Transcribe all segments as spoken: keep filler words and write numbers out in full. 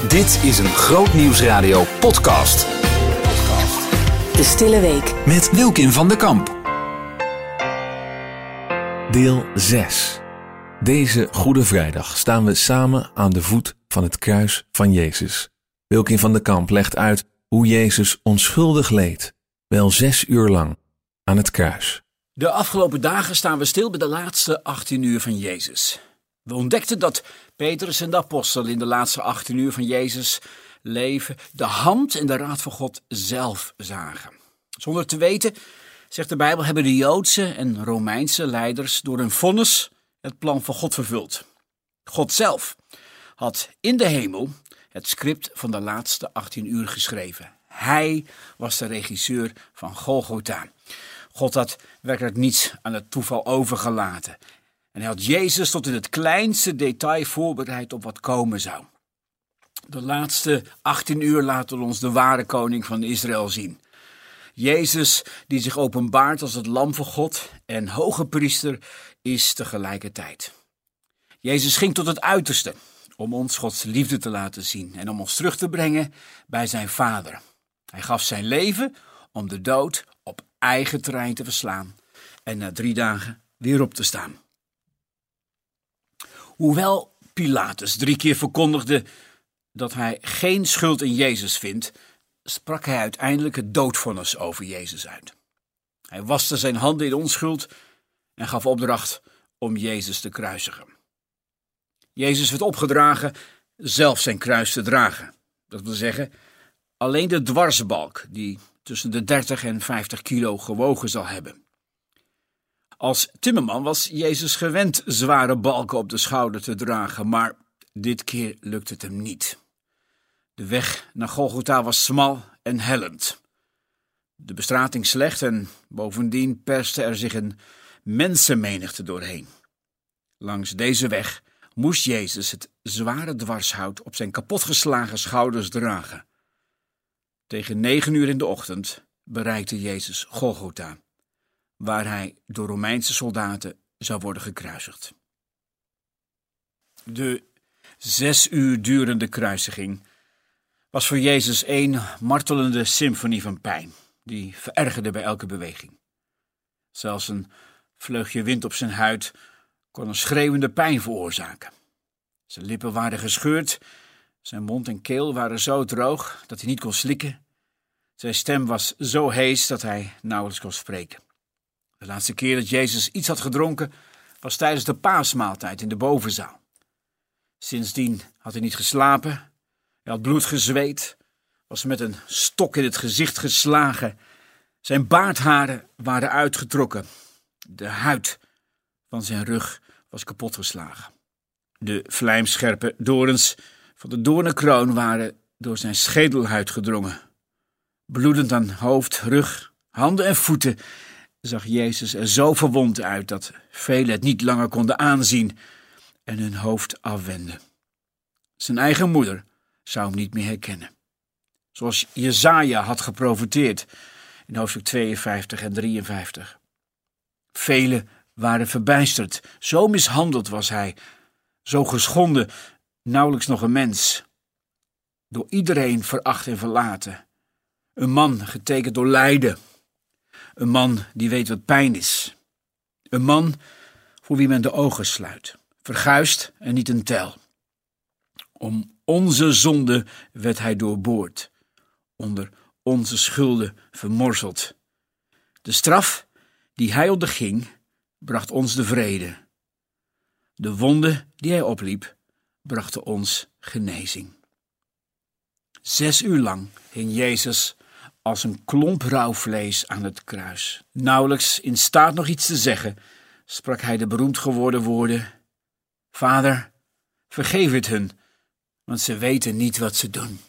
Dit is een Grootnieuwsradio podcast. De Stille Week. Met Wilkin van der Kamp. Deel zes. Deze Goede Vrijdag staan we samen aan de voet van het kruis van Jezus. Wilkin van der Kamp legt uit hoe Jezus onschuldig leed, wel zes uur lang, aan het kruis. De afgelopen dagen staan we stil bij de laatste achttien uur van Jezus. We ontdekten dat Petrus en de apostel in de laatste achttien uur van Jezus leven de hand en de raad van God zelf zagen. Zonder te weten, zegt de Bijbel, hebben de Joodse en Romeinse leiders door hun vonnis het plan van God vervuld. God zelf had in de hemel het script van de laatste achttien uur geschreven. Hij was de regisseur van Golgotha. God had werkelijk niets aan het toeval overgelaten. En hij had Jezus tot in het kleinste detail voorbereid op wat komen zou. De laatste achttien uur laten ons de ware koning van Israël zien. Jezus die zich openbaart als het lam van God en hoge priester is tegelijkertijd. Jezus ging tot het uiterste om ons Gods liefde te laten zien en om ons terug te brengen bij zijn Vader. Hij gaf zijn leven om de dood op eigen terrein te verslaan en na drie dagen weer op te staan. Hoewel Pilatus drie keer verkondigde dat hij geen schuld in Jezus vindt, sprak hij uiteindelijk het doodvonnis over Jezus uit. Hij waste zijn handen in onschuld en gaf opdracht om Jezus te kruisigen. Jezus werd opgedragen zelf zijn kruis te dragen. Dat wil zeggen, alleen de dwarsbalk die tussen de dertig en vijftig kilo gewogen zal hebben. Als timmerman was Jezus gewend zware balken op de schouder te dragen, maar dit keer lukte het hem niet. De weg naar Golgotha was smal en hellend. De bestrating slecht en bovendien perste er zich een mensenmenigte doorheen. Langs deze weg moest Jezus het zware dwarshout op zijn kapotgeslagen schouders dragen. Tegen negen uur in de ochtend bereikte Jezus Golgotha, waar hij door Romeinse soldaten zou worden gekruisigd. De zes uur durende kruisiging was voor Jezus één martelende symfonie van pijn, die verergerde bij elke beweging. Zelfs een vleugje wind op zijn huid kon een schreeuwende pijn veroorzaken. Zijn lippen waren gescheurd, zijn mond en keel waren zo droog dat hij niet kon slikken. Zijn stem was zo hees dat hij nauwelijks kon spreken. De laatste keer dat Jezus iets had gedronken was tijdens de paasmaaltijd in de bovenzaal. Sindsdien had hij niet geslapen, hij had bloed gezweet, was met een stok in het gezicht geslagen. Zijn baardharen waren uitgetrokken. De huid van zijn rug was kapotgeslagen. De vlijmscherpe dorens van de doornenkroon waren door zijn schedelhuid gedrongen. Bloedend aan hoofd, rug, handen en voeten zag Jezus er zo verwond uit dat velen het niet langer konden aanzien en hun hoofd afwenden. Zijn eigen moeder zou hem niet meer herkennen. Zoals Jesaja had geprofeteerd in hoofdstuk tweeënvijftig en drieënvijftig. Velen waren verbijsterd, zo mishandeld was hij, zo geschonden, nauwelijks nog een mens. Door iedereen veracht en verlaten. Een man getekend door lijden. Een man die weet wat pijn is. Een man voor wie men de ogen sluit. Verguisd en niet een tel. Om onze zonde werd hij doorboord. Onder onze schulden vermorzeld. De straf die hij onderging, bracht ons de vrede. De wonden die hij opliep, brachten ons genezing. Zes uur lang hing Jezus als een klomp rauw vlees aan het kruis. Nauwelijks in staat nog iets te zeggen, sprak hij de beroemd geworden woorden: Vader, vergeef het hun, want ze weten niet wat ze doen.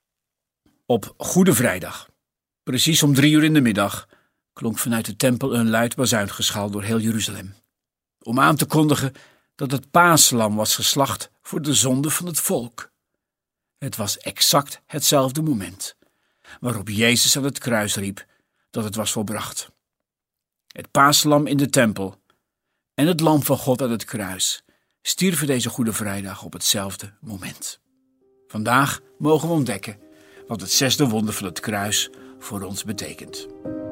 Op Goede Vrijdag, precies om drie uur in de middag, klonk vanuit de tempel een luid bazuingeschal door heel Jeruzalem, om aan te kondigen dat het paaslam was geslacht voor de zonde van het volk. Het was exact hetzelfde moment waarop Jezus aan het kruis riep dat het was volbracht. Het paaslam in de tempel en het lam van God aan het kruis stierven deze Goede Vrijdag op hetzelfde moment. Vandaag mogen we ontdekken wat het zesde wonder van het kruis voor ons betekent.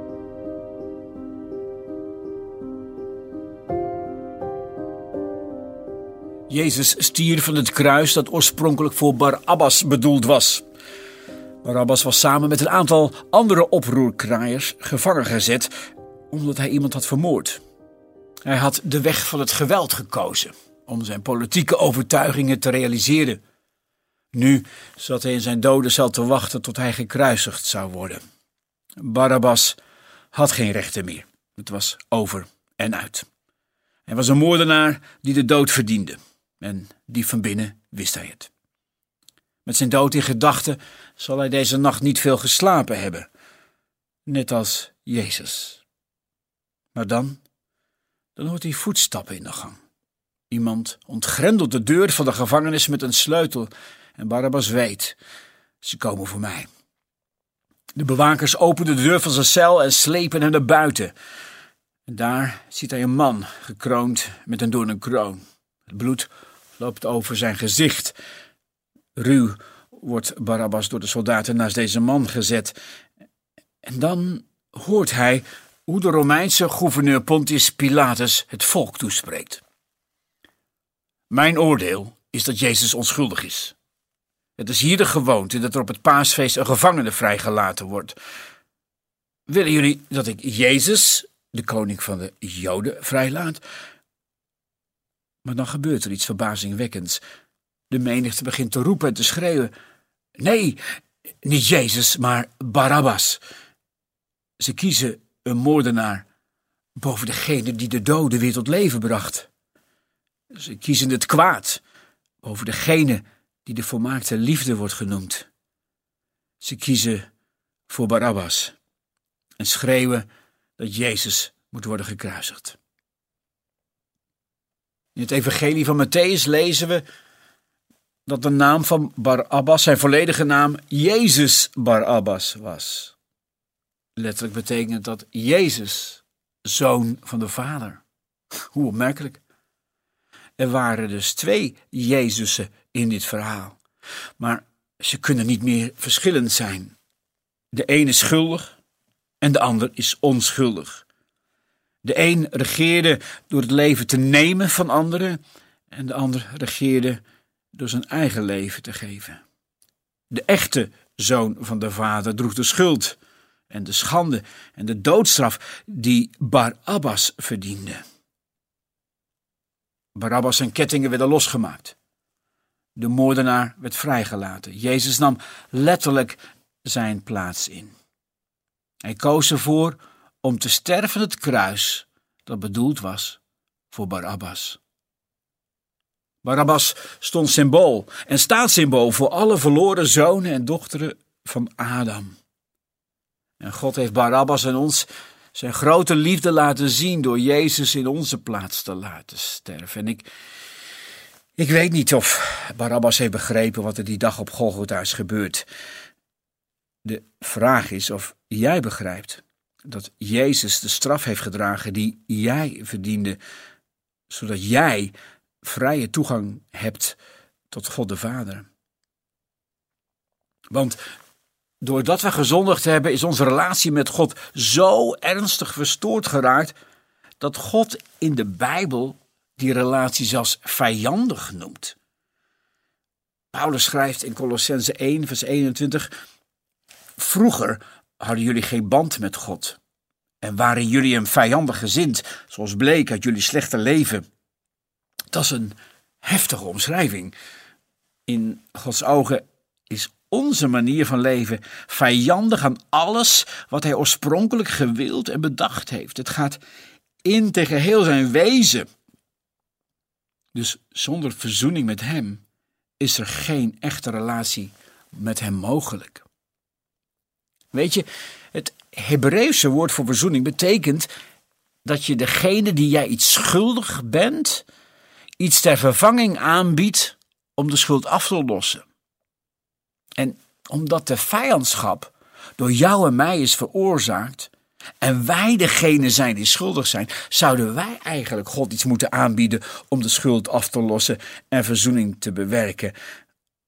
Jezus stierf van het kruis dat oorspronkelijk voor Barabbas bedoeld was. Barabbas was samen met een aantal andere oproerkraaiers gevangen gezet omdat hij iemand had vermoord. Hij had de weg van het geweld gekozen om zijn politieke overtuigingen te realiseren. Nu zat hij in zijn dodencel te wachten tot hij gekruisigd zou worden. Barabbas had geen rechten meer. Het was over en uit. Hij was een moordenaar die de dood verdiende. En diep van binnen wist hij het. Met zijn dood in gedachten zal hij deze nacht niet veel geslapen hebben. Net als Jezus. Maar dan, dan hoort hij voetstappen in de gang. Iemand ontgrendelt de deur van de gevangenis met een sleutel. En Barabbas weet, ze komen voor mij. De bewakers openen de deur van zijn cel en slepen hem naar buiten. En daar ziet hij een man, gekroond met een doornen kroon. Het bloed loopt over zijn gezicht. Ruw wordt Barabbas door de soldaten naast deze man gezet. En dan hoort hij hoe de Romeinse gouverneur Pontius Pilatus het volk toespreekt. Mijn oordeel is dat Jezus onschuldig is. Het is hier de gewoonte dat er op het paasfeest een gevangene vrijgelaten wordt. Willen jullie dat ik Jezus, de koning van de Joden, vrijlaat? Maar dan gebeurt er iets verbazingwekkends. De menigte begint te roepen en te schreeuwen. Nee, niet Jezus, maar Barabbas. Ze kiezen een moordenaar boven degene die de doden weer tot leven bracht. Ze kiezen het kwaad boven degene die de volmaakte liefde wordt genoemd. Ze kiezen voor Barabbas en schreeuwen dat Jezus moet worden gekruisigd. In het evangelie van Mattheüs lezen we dat de naam van Barabbas, zijn volledige naam, Jezus Barabbas was. Letterlijk betekent dat Jezus, zoon van de Vader. Hoe opmerkelijk. Er waren dus twee Jezusen in dit verhaal. Maar ze kunnen niet meer verschillend zijn. De een is schuldig en de ander is onschuldig. De een regeerde door het leven te nemen van anderen en de ander regeerde door zijn eigen leven te geven. De echte zoon van de Vader droeg de schuld en de schande en de doodstraf die Barabbas verdiende. Barabbas zijn kettingen werden losgemaakt. De moordenaar werd vrijgelaten. Jezus nam letterlijk zijn plaats in. Hij koos ervoor om te sterven het kruis dat bedoeld was voor Barabbas. Barabbas stond symbool en staat symbool voor alle verloren zonen en dochteren van Adam. En God heeft Barabbas en ons zijn grote liefde laten zien door Jezus in onze plaats te laten sterven. En ik, ik weet niet of Barabbas heeft begrepen wat er die dag op Golgotha is gebeurd. De vraag is of jij begrijpt dat Jezus de straf heeft gedragen die jij verdiende, zodat jij vrije toegang hebt tot God de Vader. Want doordat we gezondigd hebben, is onze relatie met God zo ernstig verstoord geraakt, dat God in de Bijbel die relatie zelfs vijandig noemt. Paulus schrijft in Kolossenzen één, vers eenentwintig, vroeger hadden jullie geen band met God en waren jullie hem vijandig gezind, zoals bleek uit jullie slechte leven. Dat is een heftige omschrijving. In Gods ogen is onze manier van leven vijandig aan alles wat hij oorspronkelijk gewild en bedacht heeft. Het gaat in tegen heel zijn wezen. Dus zonder verzoening met hem is er geen echte relatie met hem mogelijk. Weet je, het Hebreeuwse woord voor verzoening betekent dat je degene die jij iets schuldig bent, iets ter vervanging aanbiedt om de schuld af te lossen. En omdat de vijandschap door jou en mij is veroorzaakt en wij degene zijn die schuldig zijn, zouden wij eigenlijk God iets moeten aanbieden om de schuld af te lossen en verzoening te bewerken.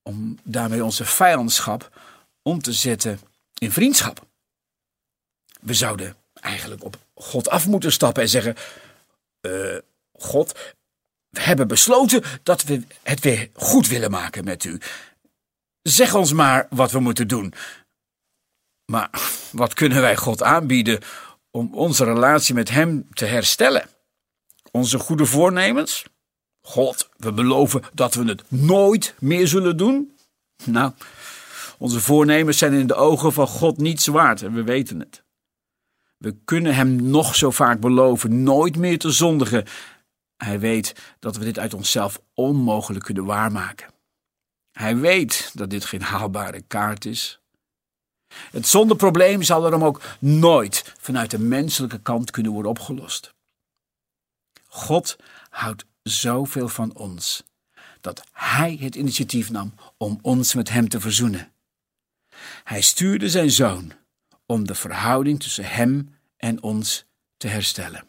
om daarmee onze vijandschap om te zetten in vriendschap. We zouden eigenlijk op God af moeten stappen en zeggen, uh, God, we hebben besloten dat we het weer goed willen maken met u. Zeg ons maar wat we moeten doen. Maar wat kunnen wij God aanbieden om onze relatie met hem te herstellen? Onze goede voornemens? God, we beloven dat we het nooit meer zullen doen? Nou, onze voornemens zijn in de ogen van God niets waard en we weten het. We kunnen hem nog zo vaak beloven nooit meer te zondigen. Hij weet dat we dit uit onszelf onmogelijk kunnen waarmaken. Hij weet dat dit geen haalbare kaart is. Het zondeprobleem zal daarom ook nooit vanuit de menselijke kant kunnen worden opgelost. God houdt zoveel van ons, dat hij het initiatief nam om ons met hem te verzoenen. Hij stuurde zijn zoon om de verhouding tussen hem en ons te herstellen.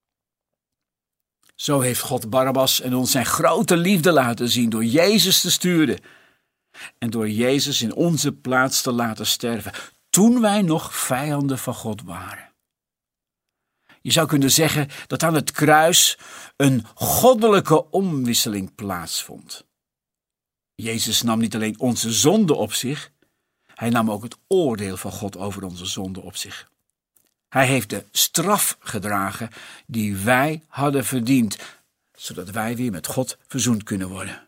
Zo heeft God Barabbas en ons zijn grote liefde laten zien door Jezus te sturen en door Jezus in onze plaats te laten sterven, toen wij nog vijanden van God waren. Je zou kunnen zeggen dat aan het kruis een goddelijke omwisseling plaatsvond. Jezus nam niet alleen onze zonde op zich, hij nam ook het oordeel van God over onze zonde op zich. Hij heeft de straf gedragen die wij hadden verdiend, zodat wij weer met God verzoend kunnen worden.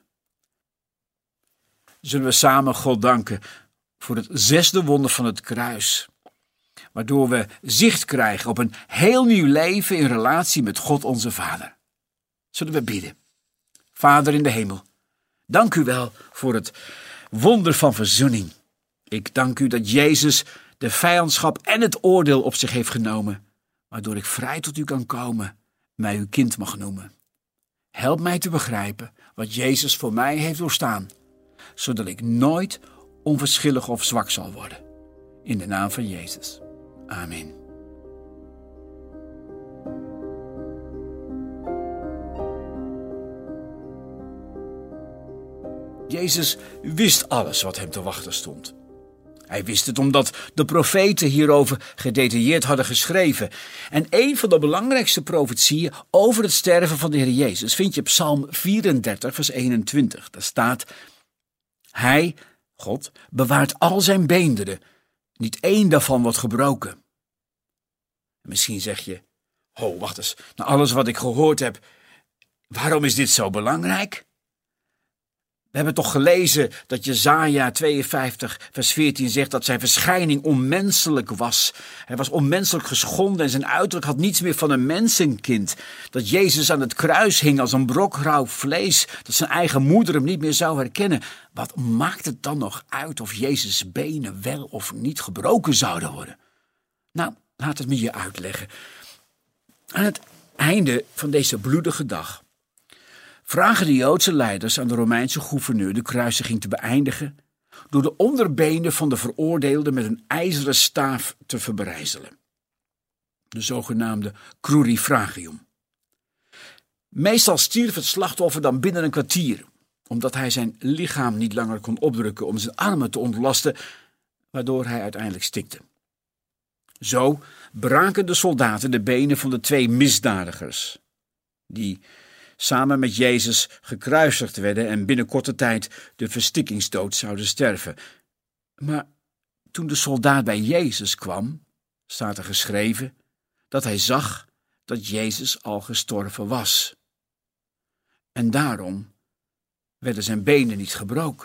Zullen we samen God danken voor het zesde wonder van het kruis, waardoor we zicht krijgen op een heel nieuw leven in relatie met God onze Vader. Zullen we bidden. Vader in de hemel, dank u wel voor het wonder van verzoening. Ik dank u dat Jezus de vijandschap en het oordeel op zich heeft genomen, waardoor ik vrij tot u kan komen en mij uw kind mag noemen. Help mij te begrijpen wat Jezus voor mij heeft doorstaan, zodat ik nooit onverschillig of zwak zal worden. In de naam van Jezus. Amen. Jezus wist alles wat hem te wachten stond. Hij wist het omdat de profeten hierover gedetailleerd hadden geschreven. En een van de belangrijkste profetieën over het sterven van de Heer Jezus vind je op Psalm vierendertig, vers eenentwintig. Daar staat: Hij, God, bewaart al zijn beenderen. Niet één daarvan wordt gebroken. Misschien zeg je, oh, wacht eens, na alles wat ik gehoord heb, waarom is dit zo belangrijk? We hebben toch gelezen dat Jesaja tweeënvijftig vers veertien zegt dat zijn verschijning onmenselijk was. Hij was onmenselijk geschonden en zijn uiterlijk had niets meer van een mensenkind. Dat Jezus aan het kruis hing als een brok rauw vlees, dat zijn eigen moeder hem niet meer zou herkennen. Wat maakt het dan nog uit of Jezus' benen wel of niet gebroken zouden worden? Nou, laat het me je uitleggen. Aan het einde van deze bloedige dag vragen de Joodse leiders aan de Romeinse gouverneur de kruisiging te beëindigen door de onderbenen van de veroordeelde met een ijzeren staaf te verbrijzelen. De zogenaamde crurifragium. Meestal stierf het slachtoffer dan binnen een kwartier, omdat hij zijn lichaam niet langer kon opdrukken om zijn armen te ontlasten, waardoor hij uiteindelijk stikte. Zo braken de soldaten de benen van de twee misdadigers, die samen met Jezus gekruisigd werden en binnen korte tijd de verstikkingsdood zouden sterven. Maar toen de soldaat bij Jezus kwam, staat er geschreven dat hij zag dat Jezus al gestorven was. En daarom werden zijn benen niet gebroken.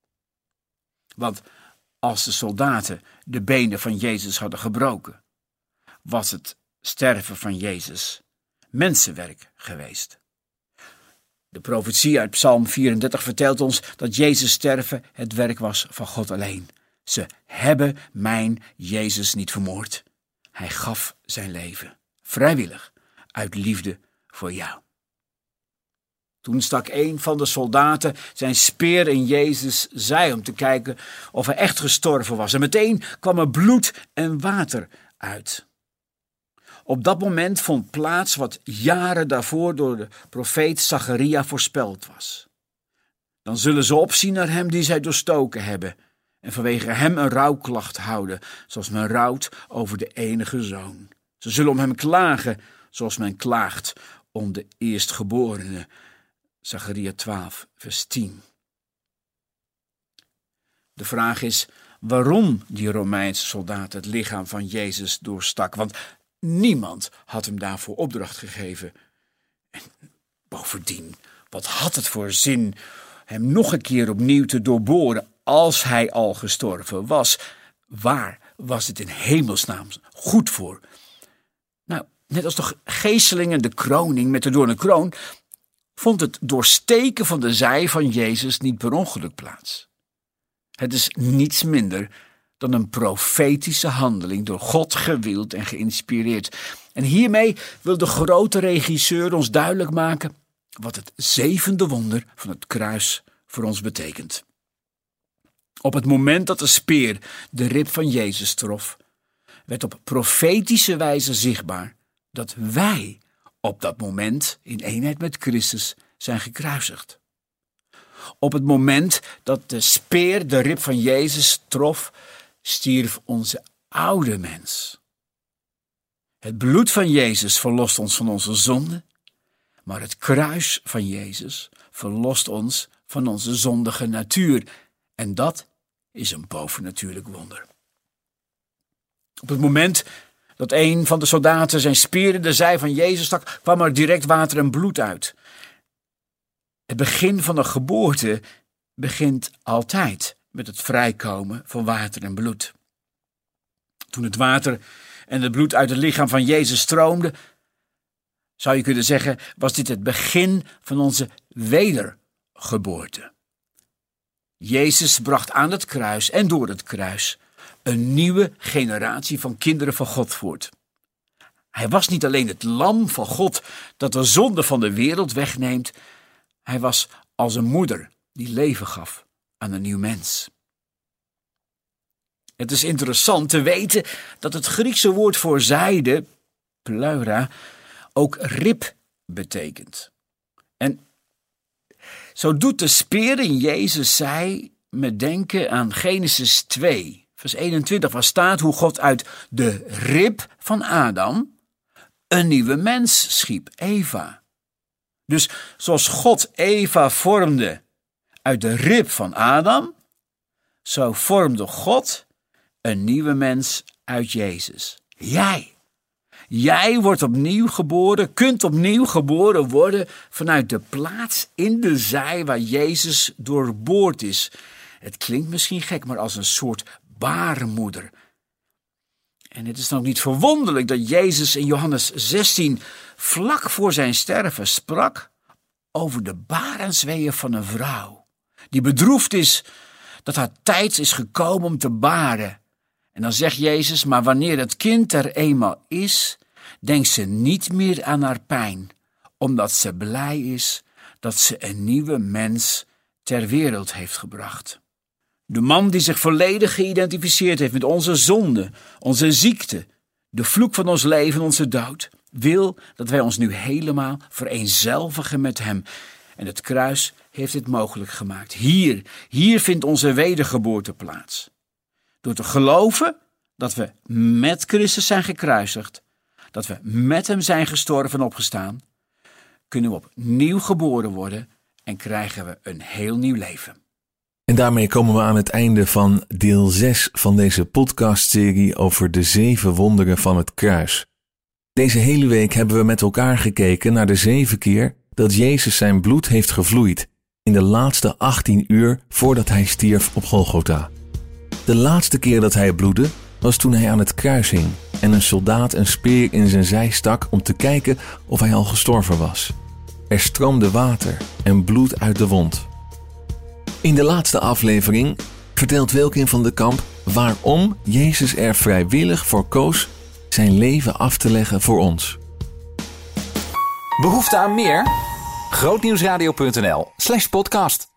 Want als de soldaten de benen van Jezus hadden gebroken, was het sterven van Jezus mensenwerk geweest. De profetie uit Psalm vierendertig vertelt ons dat Jezus sterven het werk was van God alleen. Ze hebben mijn Jezus niet vermoord. Hij gaf zijn leven, vrijwillig, uit liefde voor jou. Toen stak een van de soldaten zijn speer in Jezus' zij om te kijken of hij echt gestorven was. En meteen kwam er bloed en water uit. Op dat moment vond plaats wat jaren daarvoor door de profeet Zacharia voorspeld was. Dan zullen ze opzien naar hem die zij doorstoken hebben en vanwege hem een rouwklacht houden, zoals men rouwt over de enige zoon. Ze zullen om hem klagen, zoals men klaagt om de eerstgeborene. Zacharia twaalf, vers tien. De vraag is waarom die Romeinse soldaat het lichaam van Jezus doorstak, want niemand had hem daarvoor opdracht gegeven. En bovendien, wat had het voor zin hem nog een keer opnieuw te doorboren als hij al gestorven was? Waar was het in hemelsnaam goed voor? Nou, net als de geesteling de kroning met de doornen kroon, vond het doorsteken van de zij van Jezus niet per ongeluk plaats. Het is niets minder dan een profetische handeling door God gewild en geïnspireerd. En hiermee wil de grote regisseur ons duidelijk maken wat het zevende wonder van het kruis voor ons betekent. Op het moment dat de speer de rib van Jezus trof, werd op profetische wijze zichtbaar dat wij op dat moment in eenheid met Christus zijn gekruisigd. Op het moment dat de speer de rib van Jezus trof, stierf onze oude mens. Het bloed van Jezus verlost ons van onze zonde, maar het kruis van Jezus verlost ons van onze zondige natuur. En dat is een bovennatuurlijk wonder. Op het moment dat een van de soldaten zijn speer in de zij van Jezus stak, kwam er direct water en bloed uit. Het begin van de geboorte begint altijd met het vrijkomen van water en bloed. Toen het water en het bloed uit het lichaam van Jezus stroomde, zou je kunnen zeggen, was dit het begin van onze wedergeboorte. Jezus bracht aan het kruis en door het kruis een nieuwe generatie van kinderen van God voort. Hij was niet alleen het lam van God dat de zonde van de wereld wegneemt. Hij was als een moeder die leven gaf aan een nieuw mens. Het is interessant te weten dat het Griekse woord voor zijde, pleura, ook rib betekent. En zo doet de speer in Jezus zij me denken aan Genesis twee, vers eenentwintig, waar staat hoe God uit de rib van Adam een nieuwe mens schiep, Eva. Dus zoals God Eva vormde uit de rib van Adam, zo vormde God een nieuwe mens uit Jezus. Jij. Jij wordt opnieuw geboren, kunt opnieuw geboren worden vanuit de plaats in de zij waar Jezus doorboord is. Het klinkt misschien gek, maar als een soort baarmoeder. En het is dan ook niet verwonderlijk dat Jezus in Johannes zestien vlak voor zijn sterven sprak over de barensweeën van een vrouw, die bedroefd is dat haar tijd is gekomen om te baren. En dan zegt Jezus, maar wanneer het kind er eenmaal is, denkt ze niet meer aan haar pijn, omdat ze blij is dat ze een nieuwe mens ter wereld heeft gebracht. De man die zich volledig geïdentificeerd heeft met onze zonde, onze ziekte, de vloek van ons leven, onze dood, wil dat wij ons nu helemaal vereenzelvigen met hem. En het kruis heeft dit mogelijk gemaakt. Hier, hier vindt onze wedergeboorte plaats. Door te geloven dat we met Christus zijn gekruisigd, dat we met hem zijn gestorven en opgestaan, kunnen we opnieuw geboren worden en krijgen we een heel nieuw leven. En daarmee komen we aan het einde van deel zes van deze podcastserie over de zeven wonderen van het kruis. Deze hele week hebben we met elkaar gekeken naar de zeven keer dat Jezus zijn bloed heeft gevloeid in de laatste achttien uur voordat hij stierf op Golgotha. De laatste keer dat hij bloedde was toen hij aan het kruis hing en een soldaat een speer in zijn zij stak om te kijken of hij al gestorven was. Er stroomde water en bloed uit de wond. In de laatste aflevering vertelt Wilkin van de Kamp waarom Jezus er vrijwillig voor koos zijn leven af te leggen voor ons. Behoefte aan meer? grootnieuwsradio punt n l slash podcast